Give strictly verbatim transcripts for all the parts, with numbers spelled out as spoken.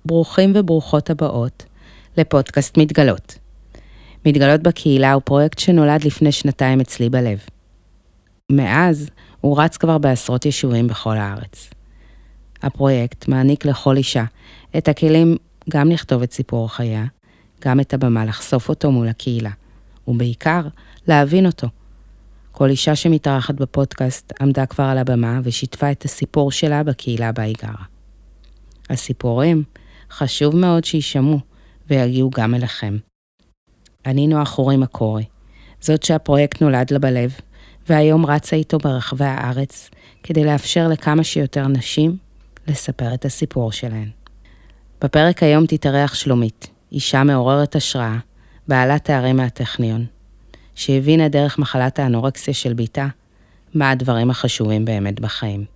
ברוכים וברוכות הבאות לפודקאסט מתגלות. מתגלות בקהילה הוא פרויקט שנולד לפני שנתיים אצלי בלב. מאז הוא רץ כבר בעשרות יישובים בכל הארץ. הפרויקט מעניק לכל אישה את הכלים גם לכתוב את סיפור חייה, גם את הבמה לחשוף אותו מול הקהילה, ובעיקר להבין אותו. כל אישה שמתארחת בפודקאסט עמדה כבר על הבמה ושיתפה את הסיפור שלה בקהילה בה היא גרה. הסיפורים חשוב מאוד שישמעו ויגיעו גם אליכם. אני נועה חורי מקורי, זאת שהפרויקט נולד לה בלב, והיום רצה איתו ברחבי הארץ כדי לאפשר לכמה שיותר נשים לספר את הסיפור שלהן. בפרק היום תתארח שלומית, אישה מעוררת השראה, בעלת תארים מהטכניון, שהבינה דרך מחלת האנורקסיה של ביתה, מה הדברים החשובים באמת בחיים.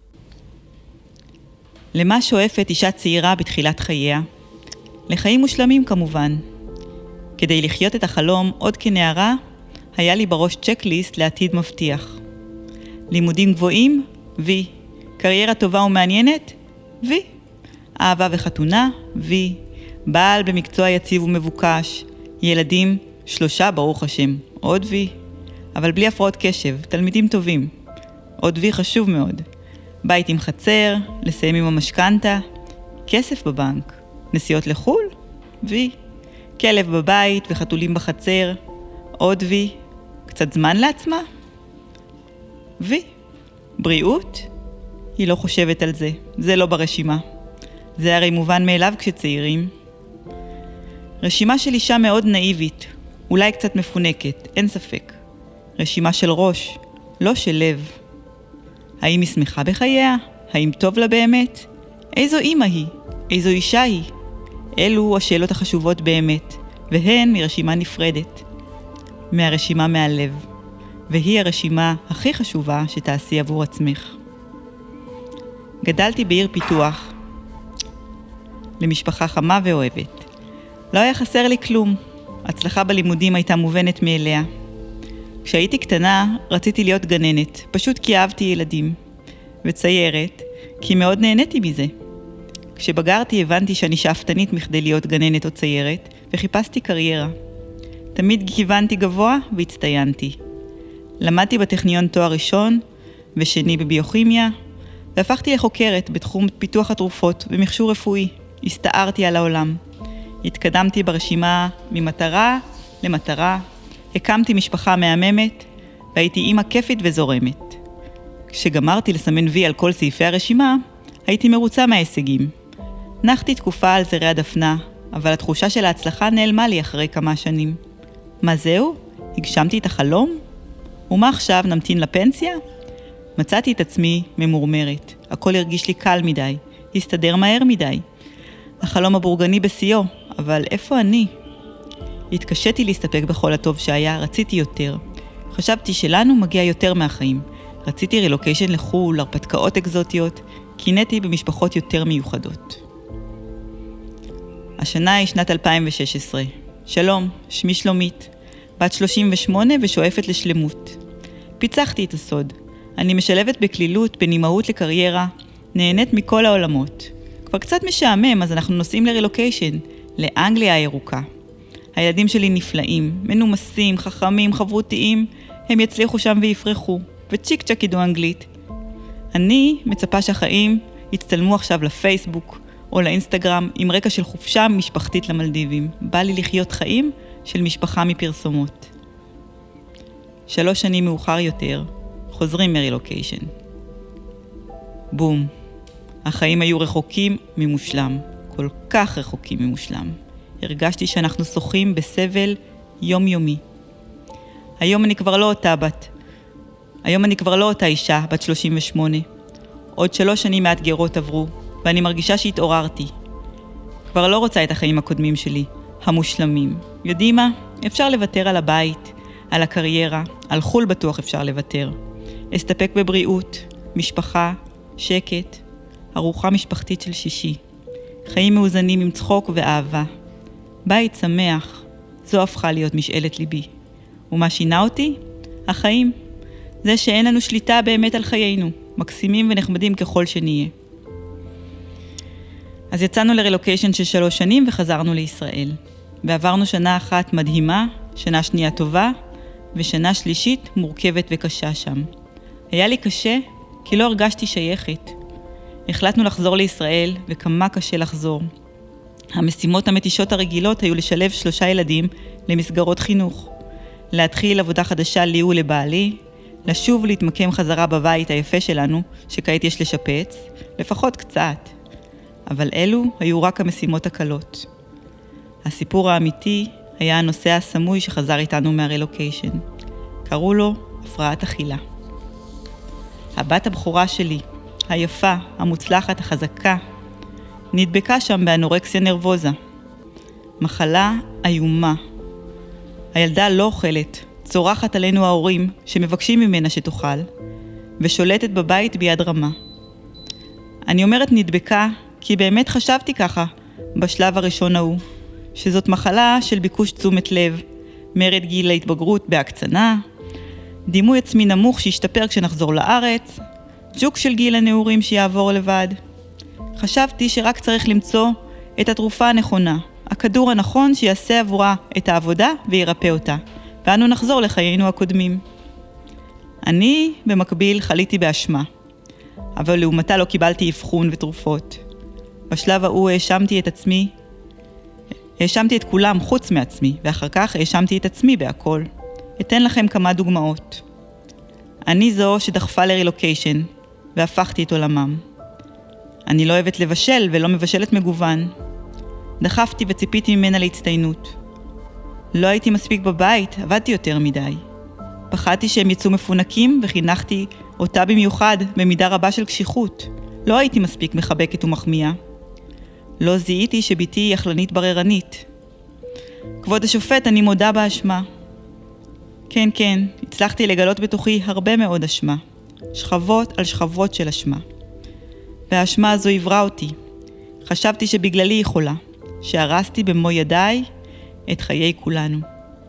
למה שואפת אישה צעירה בתחילת חייה? לחיים מושלמים כמובן. כדי לחיות את החלום עוד כנערה, היה לי בראש צ'קליסט לעתיד מבטיח. לימודים גבוהים? וי. קריירה טובה ומעניינת? וי. אהבה וחתונה? וי. בעל במקצוע יציב ומבוקש. ילדים? שלושה ברוך השם. עוד וי. אבל בלי הפרעות קשב, תלמידים טובים. עוד וי חשוב מאוד. בית עם חצר, לסיים עם המשכנתה, כסף בבנק, נסיעות לחול, וי. כלב בבית וחתולים בחצר, עוד וי. קצת זמן לעצמה, וי. בריאות? היא לא חושבת על זה, זה לא ברשימה. זה הרי מובן מאליו כשצעירים. רשימה של אישה מאוד נאיבית, אולי קצת מפונקת, אין ספק. רשימה של ראש, לא של לב. האם היא שמחה בחייה? האם טוב לה באמת? איזו אימא היא? איזו אישה היא? אלו השאלות החשובות באמת, והן מרשימה נפרדת. מהרשימה מהלב. והיא הרשימה הכי חשובה שתעשי עבור עצמך. גדלתי בעיר פיתוח, למשפחה חמה ואוהבת. לא היה חסר לי כלום. הצלחה בלימודים הייתה מובנת מאליה. כשהייתי קטנה רציתי להיות גננת, פשוט כי אהבתי ילדים. וציירת, כי מאוד נהניתי מזה. כשבגרתי הבנתי שאני שאפתנית מכדי להיות גננת או ציירת, וחיפשתי קריירה. תמיד כיוונתי גבוה והצטיינתי. למדתי בטכניון תואר ראשון ושני בביוכימיה, והפכתי לחוקרת בתחום פיתוח התרופות ומכשור רפואי. הסתערתי על העולם. התקדמתי ברשימה ממטרה למטרה, הקמתי משפחה מהממת, והייתי אימא כיפית וזורמת. כשגמרתי לסמן וי על כל סעיפי הרשימה, הייתי מרוצה מההישגים. נחתי תקופה על זרי הדפנה, אבל התחושה של ההצלחה נעלמה לי אחרי כמה שנים. מה זהו? הגשמתי את החלום? ומה עכשיו, נמתין לפנסיה? מצאתי את עצמי ממורמרת. הכל הרגיש לי קל מדי, הסתדר מהר מדי. החלום הבורגני בשיאו, אבל איפה אני? התקשיתי להסתפק בכל הטוב שהיה, רציתי יותר. חשבתי שלנו מגיע יותר מהחיים. רציתי רילוקיישן לחול, הרפתקאות אקזוטיות, קינאתי במשפחות יותר מיוחדות. השנה היא שנת אלפיים ושש עשרה. שלום, שמי שלומית, בת שלושים ושמונה ושואפת לשלמות. פיצחתי את הסוד. אני משלבת בכלילות בין אימהות לקריירה, נהנית מכל העולמות. כבר קצת משעמם, אז אנחנו נוסעים לרילוקיישן, לאנגליה הירוקה. הילדים שלי נפלאים, מנומסים, חכמים, חברותיים, הם יצליחו שם ויפרחו, וצ'יק צ'ק ידעו אנגלית. אני מצפה שהחיים יצטלמו עכשיו לפייסבוק או לאינסטגרם עם רקע של חופשה משפחתית למלדיבים. בא לי לחיות חיים של משפחה מפרסומות. שלוש שנים מאוחר יותר, חוזרים מרילוקיישן. בום. החיים היו רחוקים ממושלם, כל כך רחוקים ממושלם. הרגשתי שאנחנו שוחים בסבל יומיומי. היום אני כבר לא אותה בת. היום אני כבר לא אותה אישה, בת שלושים ושמונה. עוד שלוש שנים מאתגרות עברו, ואני מרגישה שהתעוררתי. כבר לא רוצה את החיים הקודמים שלי, המושלמים. יודעים מה? אפשר לוותר על הבית, על הקריירה, על חול בטוח אפשר לוותר. אסתפק בבריאות, משפחה, שקט, ארוחה משפחתית של שישי. חיים מאוזנים עם צחוק ואהבה. בית שמח, זו הפכה להיות משאלת ליבי. ומה שינה אותי? החיים. זה שאין לנו שליטה באמת על חיינו, מקסימים ונחמדים ככל שנהיה. אז יצאנו לרילוקיישן של שלוש שנים וחזרנו לישראל. ועברנו שנה אחת מדהימה, שנה שנייה טובה, ושנה שלישית מורכבת וקשה שם. היה לי קשה כי לא הרגשתי שייכת. החלטנו לחזור לישראל, וכמה קשה לחזור. המשימות המתישות הרגילות היו לשלב שלושה ילדים למסגרות חינוך. להתחיל עבודה חדשה לי ולבעלי, לשוב להתמקם חזרה בבית היפה שלנו, שכעת יש לשפץ, לפחות קצת. אבל אלו היו רק המשימות הקלות. הסיפור האמיתי היה הנושא הסמוי שחזר איתנו מהרילוקיישן. קראו לו הפרעת אכילה. הבת הבכורה שלי, היפה, המוצלחת, החזקה, נדבקה שם באנורקסיה נרבוזה. מחלה איומה. הילדה לא אוכלת, צורחת עלינו ההורים שמבקשים ממנה שתאכל, ושולטת בבית ביד רמה. אני אומרת נדבקה כי באמת חשבתי ככה בשלב הראשון ההוא, שזאת מחלה של ביקוש תשומת לב, מרד גיל ההתבגרות בהקצנה, דימוי עצמי נמוך שישתפר כשנחזור לארץ, ג'וק של גיל הנעורים שיעבור לבד. חשבתי שרק צריך למצוא את התרופה הנכונה, הכדור הנכון שיעשה עבורה את העבודה וירפא אותה, ואנו נחזור לחיינו הקודמים. אני במקביל חליתי באשמה, אבל לעומתה לא קיבלתי אבחון ותרופות. בשלב ההוא האשמתי את עצמי, האשמתי את כולם חוץ מעצמי, ואחר כך האשמתי את עצמי בהכל. אתן לכם כמה דוגמאות. אני זו שדחפה לרילוקיישן, והפכתי את עולמם. אני לא אוהבת לבשל ולא מבשלת מגוון. דחפתי וציפיתי ממנה להצטיינות. לא הייתי מספיק בבית, עבדתי יותר מדי. פחדתי שהם יצאו מפונקים וחינכתי אותה במיוחד במידה רבה של קשיחות. לא הייתי מספיק מחבקת ומחמיאה. לא זיהיתי שביתי היא אכלנית בררנית. כבוד השופט, אני מודה באשמה. כן, כן, הצלחתי לגלות בתוכי הרבה מאוד אשמה. שכבות על שכבות של אשמה. והאשמה הזו עברה אותי. חשבתי שבגללי היא חולה, שהרסתי במו ידיי את חיי כולנו.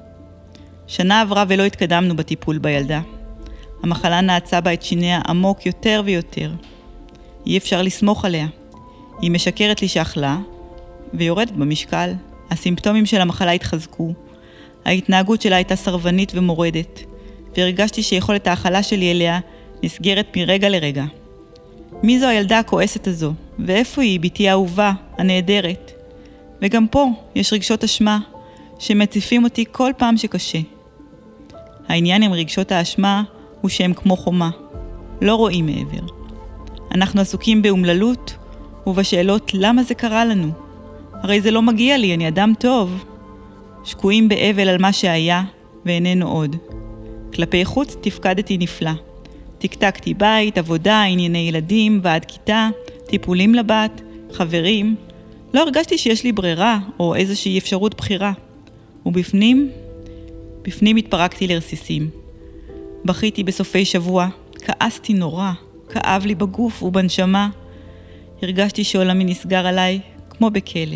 שנה עברה ולא התקדמנו בטיפול בילדה. המחלה נעצה בה את שיניה עמוק יותר ויותר. אי אפשר לסמוך עליה. היא משקרת לי שאכלה ויורדת במשקל. הסימפטומים של המחלה התחזקו. ההתנהגות שלה הייתה סרבנית ומורדת, והרגשתי שיכולת האכלה שלי אליה נסגרת מרגע לרגע. מי זו הילדה הכועסת הזו? ואיפה היא, ביתי האהובה, הנהדרת? וגם פה יש רגשות אשמה שמציפים אותי כל פעם שקשה. העניין עם רגשות האשמה הוא שהם כמו חומה, לא רואים מעבר. אנחנו עסוקים באומללות ובשאלות למה זה קרה לנו. הרי זה לא מגיע לי, אני אדם טוב. שקועים באבל על מה שהיה ואיננו עוד. כלפי חוץ תפקדתי נפלא. תקתקתי בית, עבודה, ענייני ילדים, ועד כיתה, טיפולים לבת, חברים. לא הרגשתי שיש לי ברירה או איזושהי אפשרות בחירה. ובפנים, בפנים התפרקתי לרסיסים. בכיתי בסופי שבוע, כעסתי נורא, כאב לי בגוף ובנשמה. הרגשתי שעולמי נסגר עליי כמו בכלא.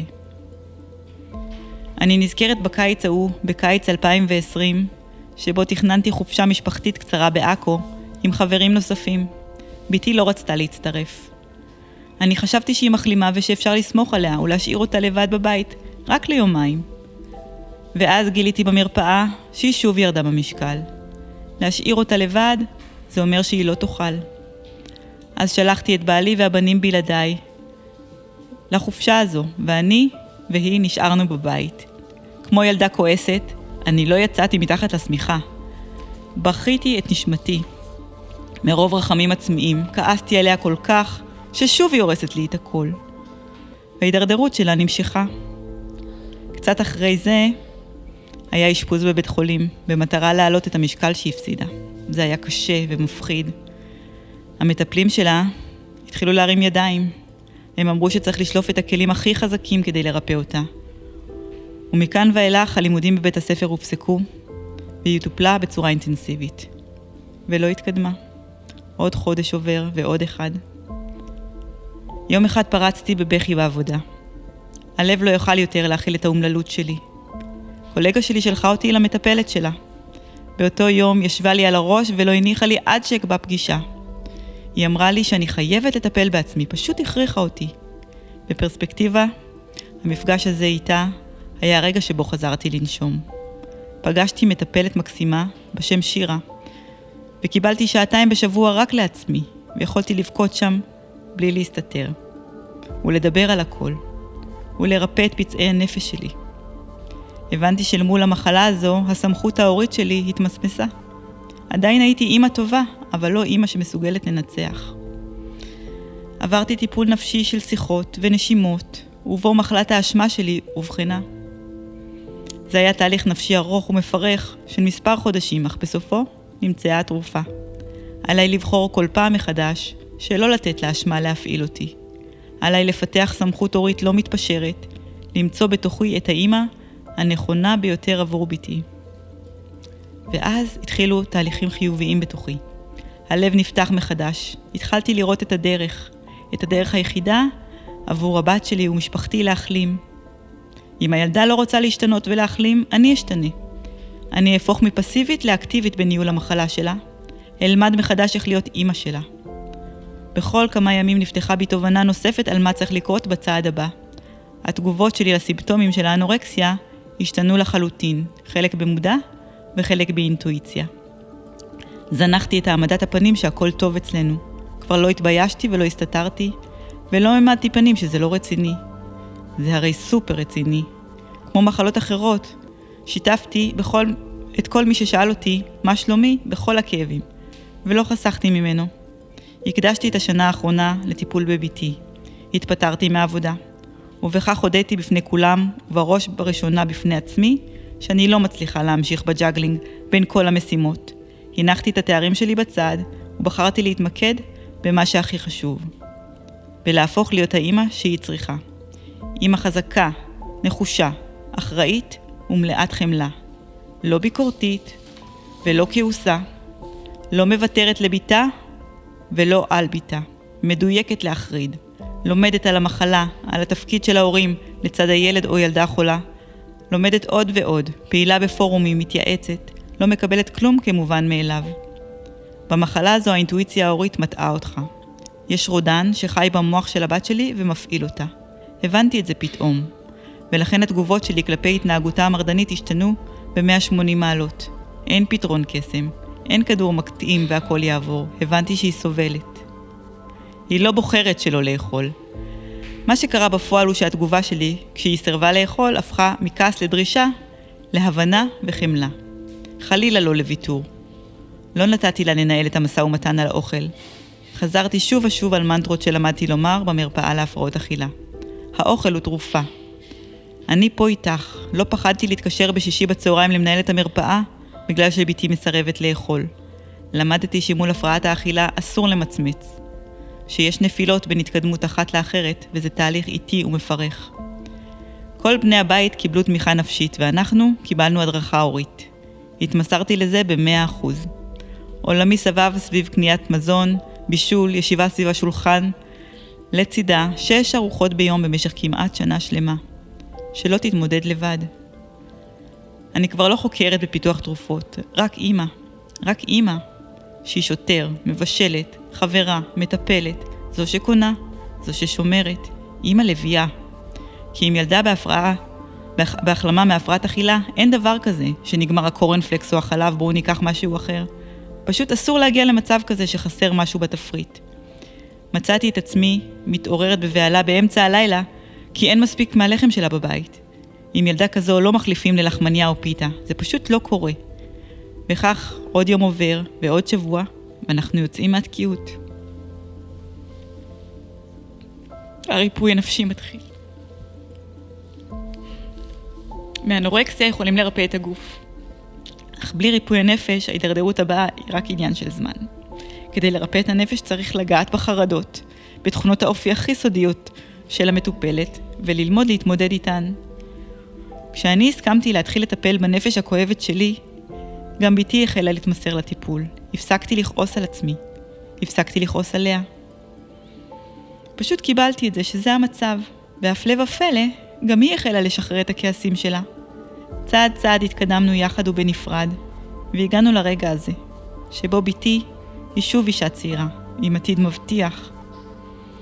אני נזכרת בקיץ ההוא, בקיץ אלפיים ועשרים, שבו תכננתי חופשה משפחתית קצרה בעכו, עם חברים נוספים. ביתי לא רצתה להצטרף. אני חשבתי שהיא מחלימה ושאפשר לסמוך עליה ולהשאיר אותה לבד בבית, רק ליומיים. ואז גיליתי במרפאה שהיא שוב ירדה במשקל. להשאיר אותה לבד, זה אומר שהיא לא תאכל. אז שלחתי את בעלי והבנים בלעדיי לחופשה הזו, ואני והיא נשארנו בבית. כמו ילדה כועסת, אני לא יצאתי מתחת לשמיכה. בכיתי את נשמתי. מרוב רחמים עצמיים, כעסתי עליה כל כך, ששוב היא הורסת לי את הכל. וההידרדרות שלה נמשכה. קצת אחרי זה, היה אשפוז בבית חולים, במטרה להעלות את המשקל שהפסידה. זה היה קשה ומפחיד. המטפלים שלה התחילו להרים ידיים. הם אמרו שצריך לשלוף את הכלים הכי חזקים כדי לרפא אותה. ומכאן ואילך הלימודים בבית הספר הופסקו, והיא טופלה בצורה אינטנסיבית. ולא התקדמה. עוד חודש עובר ועוד אחד. יום אחד פרצתי בבכי בעבודה. הלב לא יוכל יותר להכיל את האומללות שלי. קולגה שלי שלחה אותי למטפלת שלה. באותו יום ישבה לי על הראש ולא הניחה לי עד שאקבע פגישה. היא אמרה לי שאני חייבת לטפל בעצמי, פשוט הכריחה אותי. בפרספקטיבה, המפגש הזה איתה היה הרגע שבו חזרתי לנשום. פגשתי מטפלת מקסימה בשם שירה, וקיבלתי שעתיים בשבוע רק לעצמי, ויכולתי לבכות שם בלי להסתתר, ולדבר על הכל, ולרפא את פצעי הנפש שלי. הבנתי שלמול המחלה הזו, הסמכות ההורית שלי התמסמסה. עדיין הייתי אימא טובה, אבל לא אימא שמסוגלת לנצח. עברתי טיפול נפשי של שיחות ונשימות, ובו מחלת האשמה שלי הובחנה. זה היה תהליך נפשי ארוך ומפרך של מספר חודשים, אך בסופו נמצאה התרופה. עליי לבחור כל פעם מחדש שלא לתת לאשמה להפעיל אותי. עליי לפתח סמכות הורית לא מתפשרת, למצוא בתוכי את האימא הנכונה ביותר עבור ביתי. ואז התחילו תהליכים חיוביים בתוכי. הלב נפתח מחדש, התחלתי לראות את הדרך, את הדרך היחידה עבור הבת שלי ומשפחתי להחלים. אם הילדה לא רוצה להשתנות ולהחלים, אני אשתנה. אני אהפוך מפסיבית לאקטיבית בניהול המחלה שלה, אלמד מחדש איך להיות אימא שלה. בכל כמה ימים נפתחה בי תובנה נוספת על מה צריך לקרות בצעד הבא. התגובות שלי לסימפטומים של האנורקסיה השתנו לחלוטין, חלק במודע וחלק באינטואיציה. זנחתי את העמדת הפנים שהכל טוב אצלנו. כבר לא התביישתי ולא הסתתרתי, ולא העמדתי פנים שזה לא רציני. זה הרי סופר רציני. כמו מחלות אחרות, שיתפתי בכל, את כל מי ששאל אותי מה שלומי בכל הכאבים, ולא חסכתי ממנו. הקדשתי את השנה האחרונה לטיפול בביתי. התפטרתי מהעבודה, ובכך הודיתי בפני כולם, ובראש בראשונה בפני עצמי, שאני לא מצליחה להמשיך בג'אגלינג בין כל המשימות. הנחתי את התארים שלי בצד, ובחרתי להתמקד במה שהכי חשוב. ולהפוך להיות האימא שהיא צריכה. אימא חזקה, נחושה, אחראית ומלאת חמלה. לא ביקורתית ולא כעוסה. לא מוותרת לביתה ולא על ביתה. מדויקת להחריד. לומדת על המחלה, על התפקיד של ההורים לצד הילד או ילדה חולה. לומדת עוד ועוד, פעילה בפורומים, מתייעצת. לא מקבלת כלום כמובן מאליו. במחלה הזו האינטואיציה ההורית מטעה אותך. יש רודן שחי במוח של הבת שלי ומפעיל אותה. הבנתי את זה פתאום, ולכן התגובות שלי כלפי התנהגותה המרדנית השתנו ב-מאה ושמונים מעלות. אין פתרון קסם, אין כדור מקטעים והכל יעבור. הבנתי שהיא סובלת. היא לא בוחרת שלא לאכול. מה שקרה בפועל הוא שהתגובה שלי, כשהיא סירבה לאכול, הפכה מכעס לדרישה, להבנה וחמלה. חלילה לא לוויתור. לא נתתי לה לנהל את המשא ומתן על האוכל. חזרתי שוב ושוב על מנטרות שלמדתי לומר במרפאה להפרעות אכילה. האוכל הוא תרופה. אני פה איתך. לא פחדתי להתקשר בשישי בצהריים למנהל את המרפאה, בגלל שביתי מסרבת לאכול. למדתי שמול הפרעת האכילה אסור למצמץ. שיש נפילות בין התקדמות אחת לאחרת, וזה תהליך איטי ומפרך. כל בני הבית קיבלו תמיכה נפשית, ואנחנו קיבלנו הדרכה הורית. התמסרתי לזה ב-מאה אחוז. עולמי סבב סביב קניית מזון, בישול, ישיבה סביב השולחן, לצידה שש ארוחות ביום במשך כמעט שנה שלמה. שלא תתמודד לבד. אני כבר לא חוקרת בפיתוח תרופות, רק אימא, רק אימא, שהיא שוטר, מבשלת, חברה, מטפלת, זו שקונה, זו ששומרת, אימא לביאה. כי אם ילדה בהפרעה, בהחלמה מהפרעת אכילה, אין דבר כזה שנגמר הקורנפלקס או החלב, בואו ניקח משהו אחר. פשוט אסור להגיע למצב כזה שחסר משהו בתפריט. מצאתי את עצמי מתעוררת בבעלה באמצע הלילה, כי אין מספיק מהלחם שלה בבית. עם ילדה כזו לא מחליפים ללחמניה או פיתה, זה פשוט לא קורה. וכך עוד יום עובר ועוד שבוע, ואנחנו יוצאים מהתקיעות. הריפוי הנפשי מתחיל. מאנורקסיה יכולים לרפא את הגוף. אך בלי ריפוי הנפש, ההידרדרות הבאה היא רק עניין של זמן. כדי לרפא את הנפש צריך לגעת בחרדות, בתכונות האופי הכי סודיות של המטופלת, וללמוד להתמודד איתן. כשאני הסכמתי להתחיל לטפל בנפש הכואבת שלי, גם ביתי החלה להתמסר לטיפול. הפסקתי לכעוס על עצמי. הפסקתי לכעוס עליה. פשוט קיבלתי את זה שזה המצב, והפלא ופלא, גם היא החלה לשחרר את הכעסים שלה. צעד צעד התקדמנו יחד ובנפרד, והגענו לרגע הזה, שבו ביתי היא שוב אישה צעירה, עם עתיד מבטיח.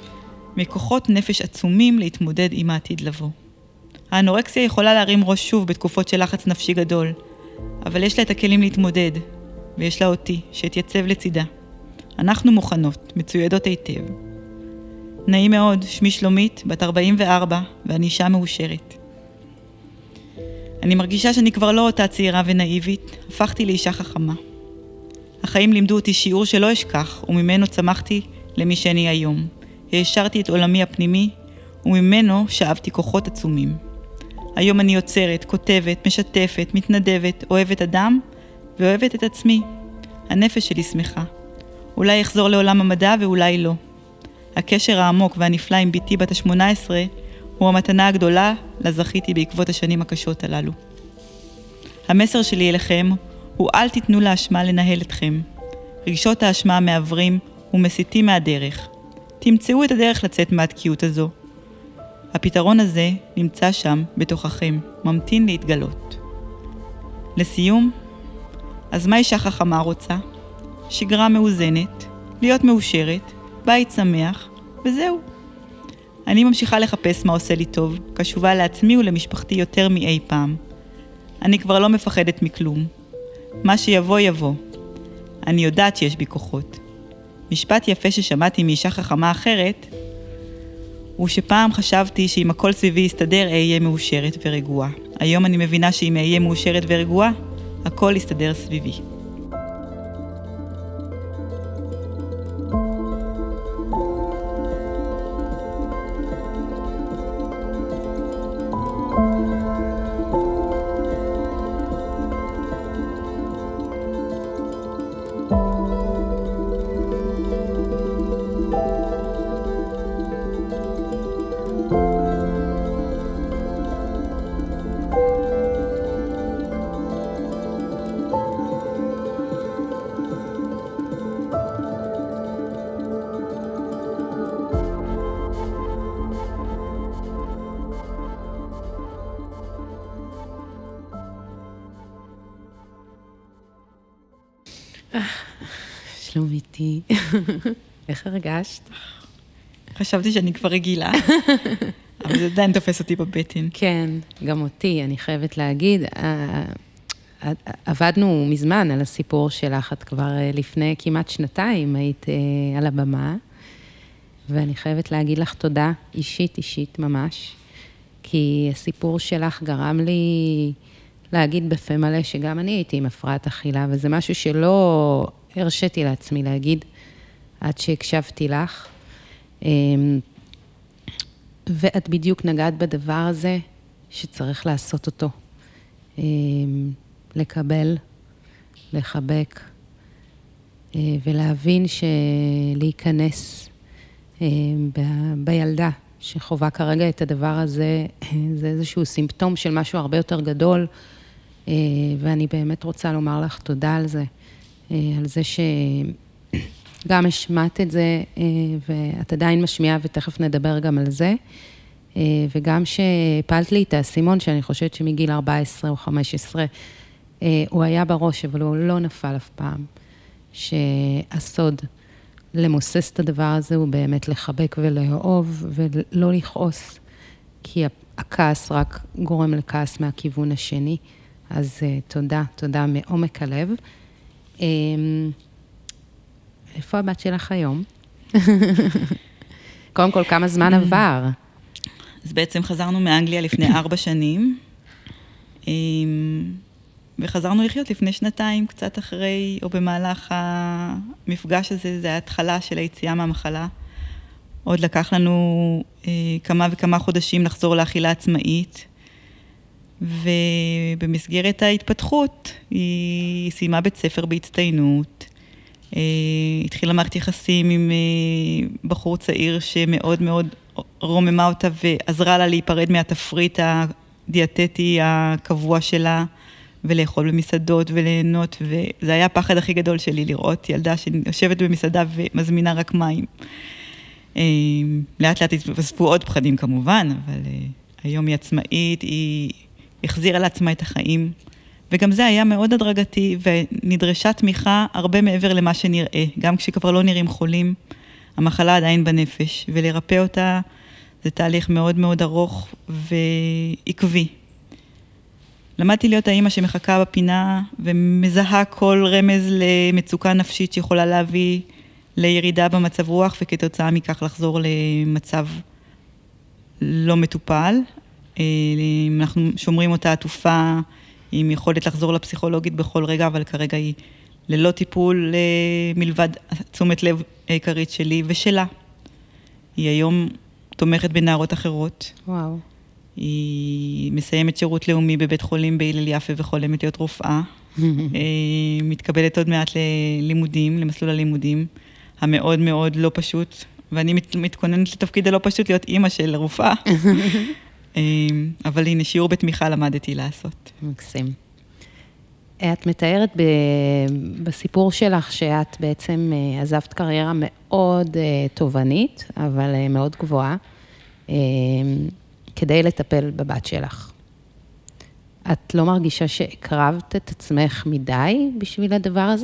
מכוחות נפש עצומים להתמודד עם העתיד לבוא. האנורקסיה יכולה להרים ראש שוב בתקופות של לחץ נפשי גדול, אבל יש לה את הכלים להתמודד, ויש לה אותי, שהתייצב לצידה. אנחנו מוכנות, מצוידות היטב. נעים מאוד, שמי שלומית, בת ארבעים וארבע, ואני אישה מאושרת. אני מרגישה שאני כבר לא אותה צעירה ונאיבית, הפכתי לאישה חכמה. החיים לימדו אותי שיעור שלא אשכח, וממנו צמחתי למי שאני היום. העשרתי את עולמי הפנימי, וממנו שאבתי כוחות עצומים. היום אני יוצרת, כותבת, משתפת, מתנדבת, אוהבת אדם, ואוהבת את עצמי. הנפש שלי שמחה. אולי אחזור לעולם המדע ואולי לא. הקשר העמוק והנפלא עם ביתי בת ה-שמונה עשרה הוא המתנה הגדולה לזכיתי בעקבות השנים הקשות הללו. המסר שלי אליכם הוא אל תיתנו לאשמה לנהל אתכם. רגשות האשמה מעברים ומסיתים מהדרך. תמצאו את הדרך לצאת מהתקיעות הזו. הפתרון הזה נמצא שם בתוככם, ממתין להתגלות. לסיום, אז מה אישה חכמה רוצה? שגרה מאוזנת, להיות מאושרת, בית שמח, וזהו. אני ממשיכה לחפש מה עושה לי טוב, קשובה לעצמי ולמשפחתי יותר מאי פעם. אני כבר לא מפחדת מכלום. מה שיבוא יבוא. אני יודעת שיש בי כוחות. משפט יפה ששמעתי מאישה חכמה אחרת, הוא שפעם חשבתי שאם הכל סביבי יסתדר, אהיה מאושרת ורגועה. היום אני מבינה שאם אהיה מאושרת ורגועה, הכל יסתדר סביבי. שלומיתי, איך הרגשת? חשבתי שאני כבר רגילה, אבל זה עדיין תופס אותי בבטן. כן, גם אותי, אני חייבת להגיד, עבדנו מזמן על הסיפור שלך, את כבר לפני כמעט שנתיים היית על הבמה, ואני חייבת להגיד לך תודה אישית, אישית ממש, כי הסיפור שלך גרם לי להגיד בפה מלא שגם אני הייתי עם הפרעת אכילה, וזה משהו שלא הרשיתי לעצמי להגיד עד שהקשבתי לך. ואת בדיוק נגעת בדבר הזה שצריך לעשות אותו. לקבל, לחבק, ולהבין שלהיכנס בילדה שחובה כרגע את הדבר הזה, זה איזשהו סימפטום של משהו הרבה יותר גדול, ואני באמת רוצה לומר לך תודה על זה, על זה שגם השמעת את זה, ואת עדיין משמיעה, ותכף נדבר גם על זה, וגם שהפלת לי את האסימון, שאני חושבת שמגיל ארבע עשרה או חמש עשרה, הוא היה בראש, אבל הוא לא נפל אף פעם, שהסוד למוסס את הדבר הזה הוא באמת לחבק ולאהוב ולא לכעוס, כי הכעס רק גורם לכעס מהכיוון השני. אז תודה, תודה מעומק הלב. איפה הבת שלך היום? קודם כל, כמה זמן עבר? אז בעצם חזרנו מאנגליה לפני ארבע שנים, וחזרנו לחיות לפני שנתיים, קצת אחרי, או במהלך המפגש הזה, זה ההתחלה של היציאה מהמחלה. עוד לקח לנו כמה וכמה חודשים לחזור לאכילה עצמאית, ובמסגרת ההתפתחות היא סיימה בית ספר בהצטיינות, התחילה מערכת יחסים עם בחור צעיר שמאוד מאוד רוממה אותה ועזרה לה להיפרד מהתפריט הדיאטטי הקבוע שלה, ולאכול במסעדות וליהנות, וזה היה הפחד הכי גדול שלי לראות ילדה שיושבת במסעדה ומזמינה רק מים. לאט לאט התווספו עוד פחדים כמובן, אבל היום היא עצמאית, היא החזירה לעצמה את החיים, וגם זה היה מאוד הדרגתי, ונדרשה תמיכה הרבה מעבר למה שנראה, גם כשכבר לא נראים חולים, המחלה עדיין בנפש, ולרפא אותה זה תהליך מאוד מאוד ארוך ועקבי. למדתי להיות האמא שמחכה בפינה ומזהה כל רמז למצוקה נפשית שיכולה להביא לירידה במצב רוח, וכתוצאה מכך לחזור למצב לא מטופל. אנחנו שומרים אותה עטופה עם יכולת לחזור לפסיכולוגית בכל רגע, אבל כרגע היא ללא טיפול מלבד תשומת לב העיקרית שלי ושלה. היא היום תומכת בנערות אחרות. וואו. היא מסיימת שירות לאומי בבית חולים בהלל יפה וחולמת להיות רופאה. מתקבלת עוד מעט ללימודים, למסלול הלימודים, המאוד מאוד לא פשוט, ואני מת, מתכוננת לתפקיד הלא פשוט להיות אימא של רופאה. אבל הנה, שיעור בתמיכה למדתי לעשות. מקסים. את מתארת ב, בסיפור שלך שאת בעצם עזבת קריירה מאוד תובענית, אבל מאוד גבוהה, כדי לטפל בבת שלך. את לא מרגישה שהקרבת את עצמך מדי בשביל הדבר הזה?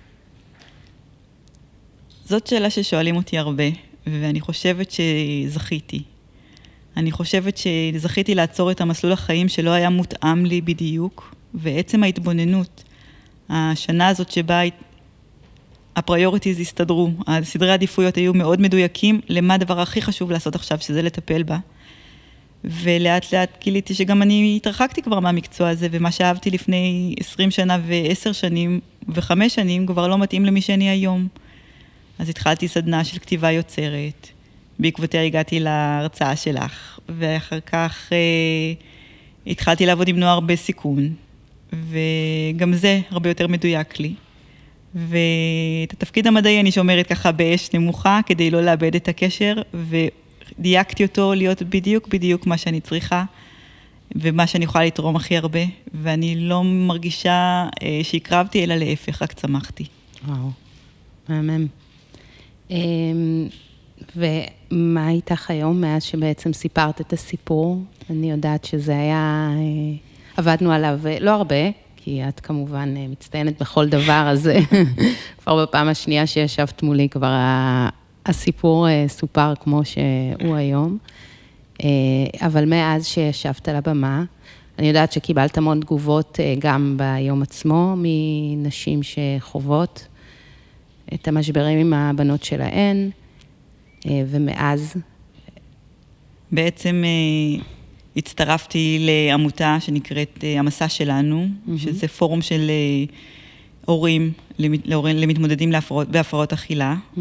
זאת שאלה ששואלים אותי הרבה, ואני חושבת שזכיתי. אני חושבת שזכיתי לעצור את המסלול החיים שלא היה מותאם לי בדיוק, ועצם ההתבוננות, השנה הזאת שבה הפריוריטיז הסתדרו, הסדרי העדיפויות היו מאוד מדויקים, למה הדבר הכי חשוב לעשות עכשיו, שזה לטפל בה. ולאט לאט גיליתי שגם אני התרחקתי כבר מהמקצוע הזה, ומה שאהבתי לפני עשרים שנה ועשר שנים וחמש שנים, כבר לא מתאים למי שאני היום. אז התחלתי סדנה של כתיבה יוצרת, בעקבותיה הגעתי להרצאה שלך, ואחר כך אה, התחלתי לעבוד עם נוער בסיכון, וגם זה הרבה יותר מדויק לי. ואת התפקיד המדעי אני שומרת ככה באש נמוכה, כדי לא לאבד את הקשר, ודייקתי אותו להיות בדיוק בדיוק מה שאני צריכה, ומה שאני יכולה לתרום הכי הרבה, ואני לא מרגישה אה, שהקרבתי, אלא להפך, רק צמחתי. וואו, מהמם. ומה איתך היום, מאז שבעצם סיפרת את הסיפור? אני יודעת שזה היה, עבדנו עליו לא הרבה, כי את כמובן מצטיינת בכל דבר הזה. כבר בפעם השנייה שישבת מולי, כבר הסיפור סופר כמו שהוא היום. אבל מאז שישבת על הבמה, אני יודעת שקיבלת המון תגובות גם ביום עצמו, מנשים שחוות את המשברים עם הבנות שלהן, ומאז... בעצם הצטרפתי לעמותה שנקראת המסע שלנו, mm-hmm. שזה פורום של הורים, למתמודדים להפרעות, בהפרעות אכילה, mm-hmm.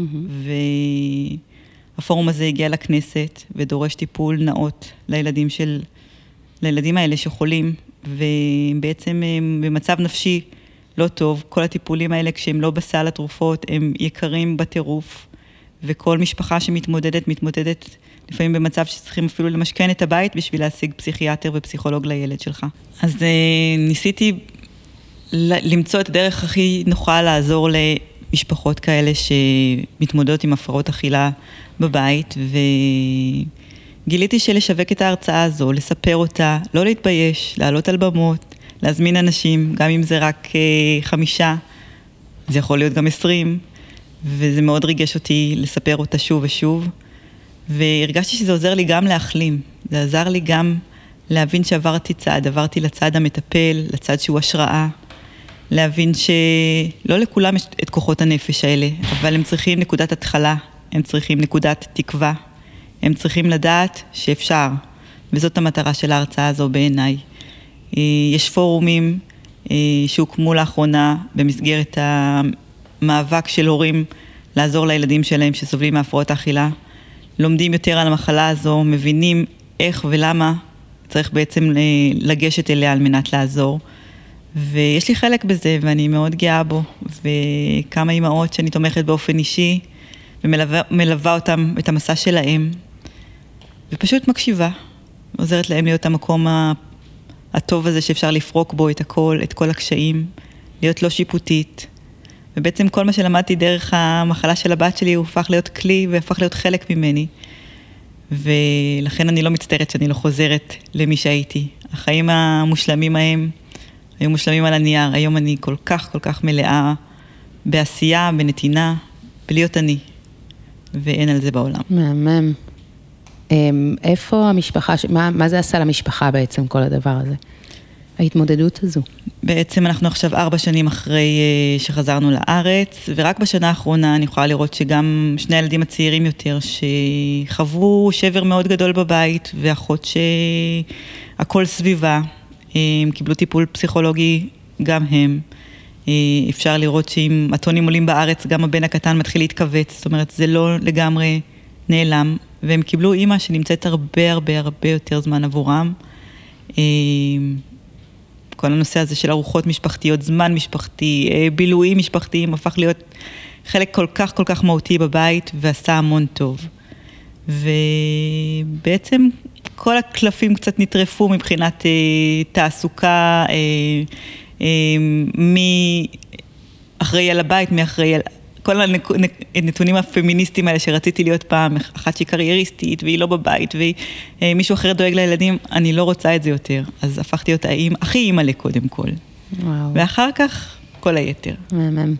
והפורום הזה הגיע לכנסת ודורש טיפול נאות לילדים של, לילדים האלה שחולים, ובעצם במצב נפשי לא טוב, כל הטיפולים האלה כשהם לא בסל התרופות, הם יקרים בטירוף, וכל משפחה שמתמודדת, מתמודדת לפעמים במצב שצריכים אפילו למשכן את הבית בשביל להשיג פסיכיאטר ופסיכולוג לילד שלך. אז ניסיתי למצוא את הדרך הכי נוחה לעזור למשפחות כאלה שמתמודדות עם הפרעות אכילה בבית, וגיליתי שלשווק את ההרצאה הזו, לספר אותה, לא להתבייש, לעלות על במות, להזמין אנשים, גם אם זה רק חמישה, זה יכול להיות גם עשרים, וזה מאוד ריגש אותי לספר אותה שוב ושוב, והרגשתי שזה עוזר לי גם להחלים, זה עזר לי גם להבין שעברתי צעד, עברתי לצד המטפל, לצד שהוא השראה, להבין שלא לכולם יש את כוחות הנפש האלה, אבל הם צריכים נקודת התחלה, הם צריכים נקודת תקווה, הם צריכים לדעת שאפשר, וזאת המטרה של ההרצאה הזו בעיניי. יש פורומים שהוקמו לאחרונה במסגרת המאבק של הורים לעזור לילדים שלהם שסובלים מהפרעות האכילה, לומדים יותר על המחלה הזו, מבינים איך ולמה צריך בעצם לגשת אליה על מנת לעזור, ויש לי חלק בזה ואני מאוד גאה בו, וכמה אימהות שאני תומכת באופן אישי ומלווה אותם את המסע שלהם, ופשוט מקשיבה, עוזרת להם להיות המקום הטוב הזה שאפשר לפרוק בו את הכל, את כל הקשיים, להיות לא שיפוטית. ובעצם כל מה שלמדתי דרך המחלה של הבת שלי הוא הפך להיות כלי והפך להיות חלק ממני. ולכן אני לא מצטערת שאני לא חוזרת למי שהייתי. החיים המושלמים ההם היו מושלמים על הנייר. היום אני כל כך כל כך מלאה בעשייה, בנתינה, בלהיות אני. ואין על זה בעולם. מהמם. איפה המשפחה, מה, מה זה עשה למשפחה בעצם כל הדבר הזה? ההתמודדות הזו. בעצם אנחנו עכשיו ארבע שנים אחרי שחזרנו לארץ, ורק בשנה האחרונה אני יכולה לראות שגם שני הילדים הצעירים יותר, שחוו שבר מאוד גדול בבית, ואחות שהכל סביבה, הם קיבלו טיפול פסיכולוגי גם הם. אפשר לראות שאם הטונים עולים בארץ, גם הבן הקטן מתחיל להתכווץ, זאת אומרת, זה לא לגמרי נעלם, והם קיבלו אימא שנמצאת הרבה הרבה הרבה יותר זמן עבורם. כל הנושא הזה של ארוחות משפחתיות, זמן משפחתי, בילויים משפחתיים, הפך להיות חלק כל כך כל כך מהותי בבית, ועשה המון טוב. ובעצם כל הקלפים קצת נטרפו מבחינת תעסוקה, מי אחראי על הבית, מי אחראי על... כל הנתונים הפמיניסטיים האלה שרציתי להיות פעם, אחת שהיא קרייריסטית, והיא לא בבית, ומישהו אחר דואג לילדים, אני לא רוצה את זה יותר. אז הפכתי אותה אימא, הכי אימא לקודם כל. וואו. ואחר כך, כל היתר. מהמם.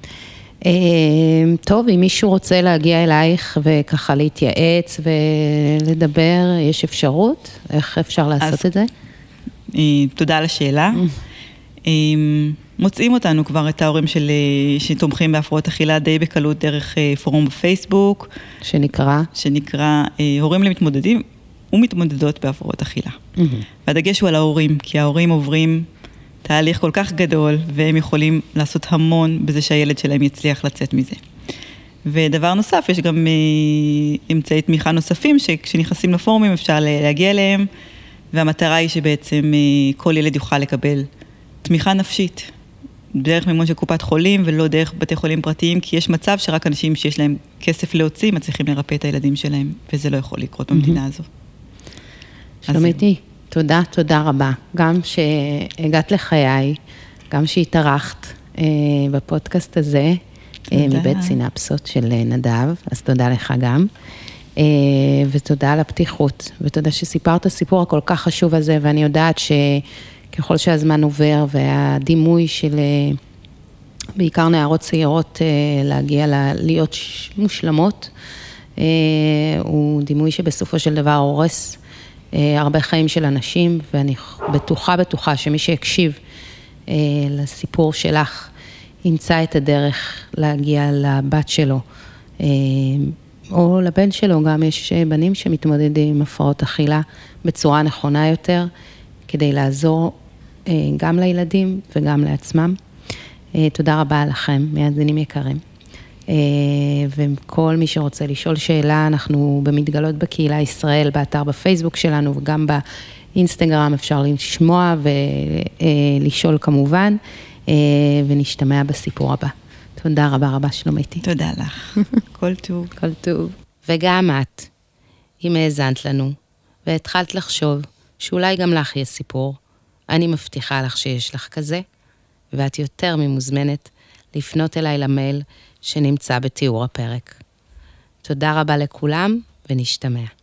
טוב, אם מישהו רוצה להגיע אלייך, וככה להתייעץ ולדבר, יש אפשרות? איך אפשר לעשות את זה? תודה על השאלה. מוצאים אותנו כבר את ההורים של, שתומכים בהפרעות אכילה די בקלות דרך פורום בפייסבוק. שנקרא? שנקרא הורים למתמודדים ומתמודדות בהפרעות אכילה. Mm-hmm. והדגש הוא על ההורים, כי ההורים עוברים תהליך כל כך גדול, והם יכולים לעשות המון בזה שהילד שלהם יצליח לצאת מזה. ודבר נוסף, יש גם אמצעי תמיכה נוספים, שכשנכנסים לפורומים אפשר להגיע אליהם, והמטרה היא שבעצם כל ילד יוכל לקבל תמיכה נפשית, דרך מימון של קופת חולים, ולא דרך בתי חולים פרטיים, כי יש מצב שרק אנשים שיש להם כסף להוציא, מצליחים לרפא את הילדים שלהם, וזה לא יכול לקרות במדינה הזו. שלומיתי, תודה, תודה רבה. גם שהגעת לחיי, גם שהתארחת בפודקאסט הזה, מבית סינפסות של נדב, אז תודה לך גם. ותודה על הפתיחות, ותודה שסיפרת הסיפור הכל כך חשוב הזה, ואני יודעת ש... ככל שהזמן עובר, והדימוי של בעיקר נערות צעירות להגיע להיות מושלמות, הוא דימוי שבסופו של דבר הורס הרבה חיים של אנשים, ואני בטוחה בטוחה שמי שיקשיב לסיפור שלך, ימצא את הדרך להגיע לבת שלו, או לבן שלו, גם יש בנים שמתמודדים עם הפרעות אכילה בצורה נכונה יותר, כדי לעזור גם לילדים וגם לעצמם. תודה רבה לכם, מאזינים יקרים. וכל מי שרוצה לשאול שאלה, אנחנו במתגלות בקהילה ישראל, באתר בפייסבוק שלנו, וגם באינסטגרם אפשר לשמוע ולשאול כמובן, ונשתמע בסיפור הבא. תודה רבה רבה שלומיתי. תודה לך. כל טוב. כל טוב. וגם את, אם האזנת לנו, והתחלת לחשוב, שאולי גם לך יש סיפור, אני מבטיחה לך שיש לך כזה, ואת יותר ממוזמנת לפנות אליי למייל שנמצא בתיאור הפרק. תודה רבה לכולם ונשתמע.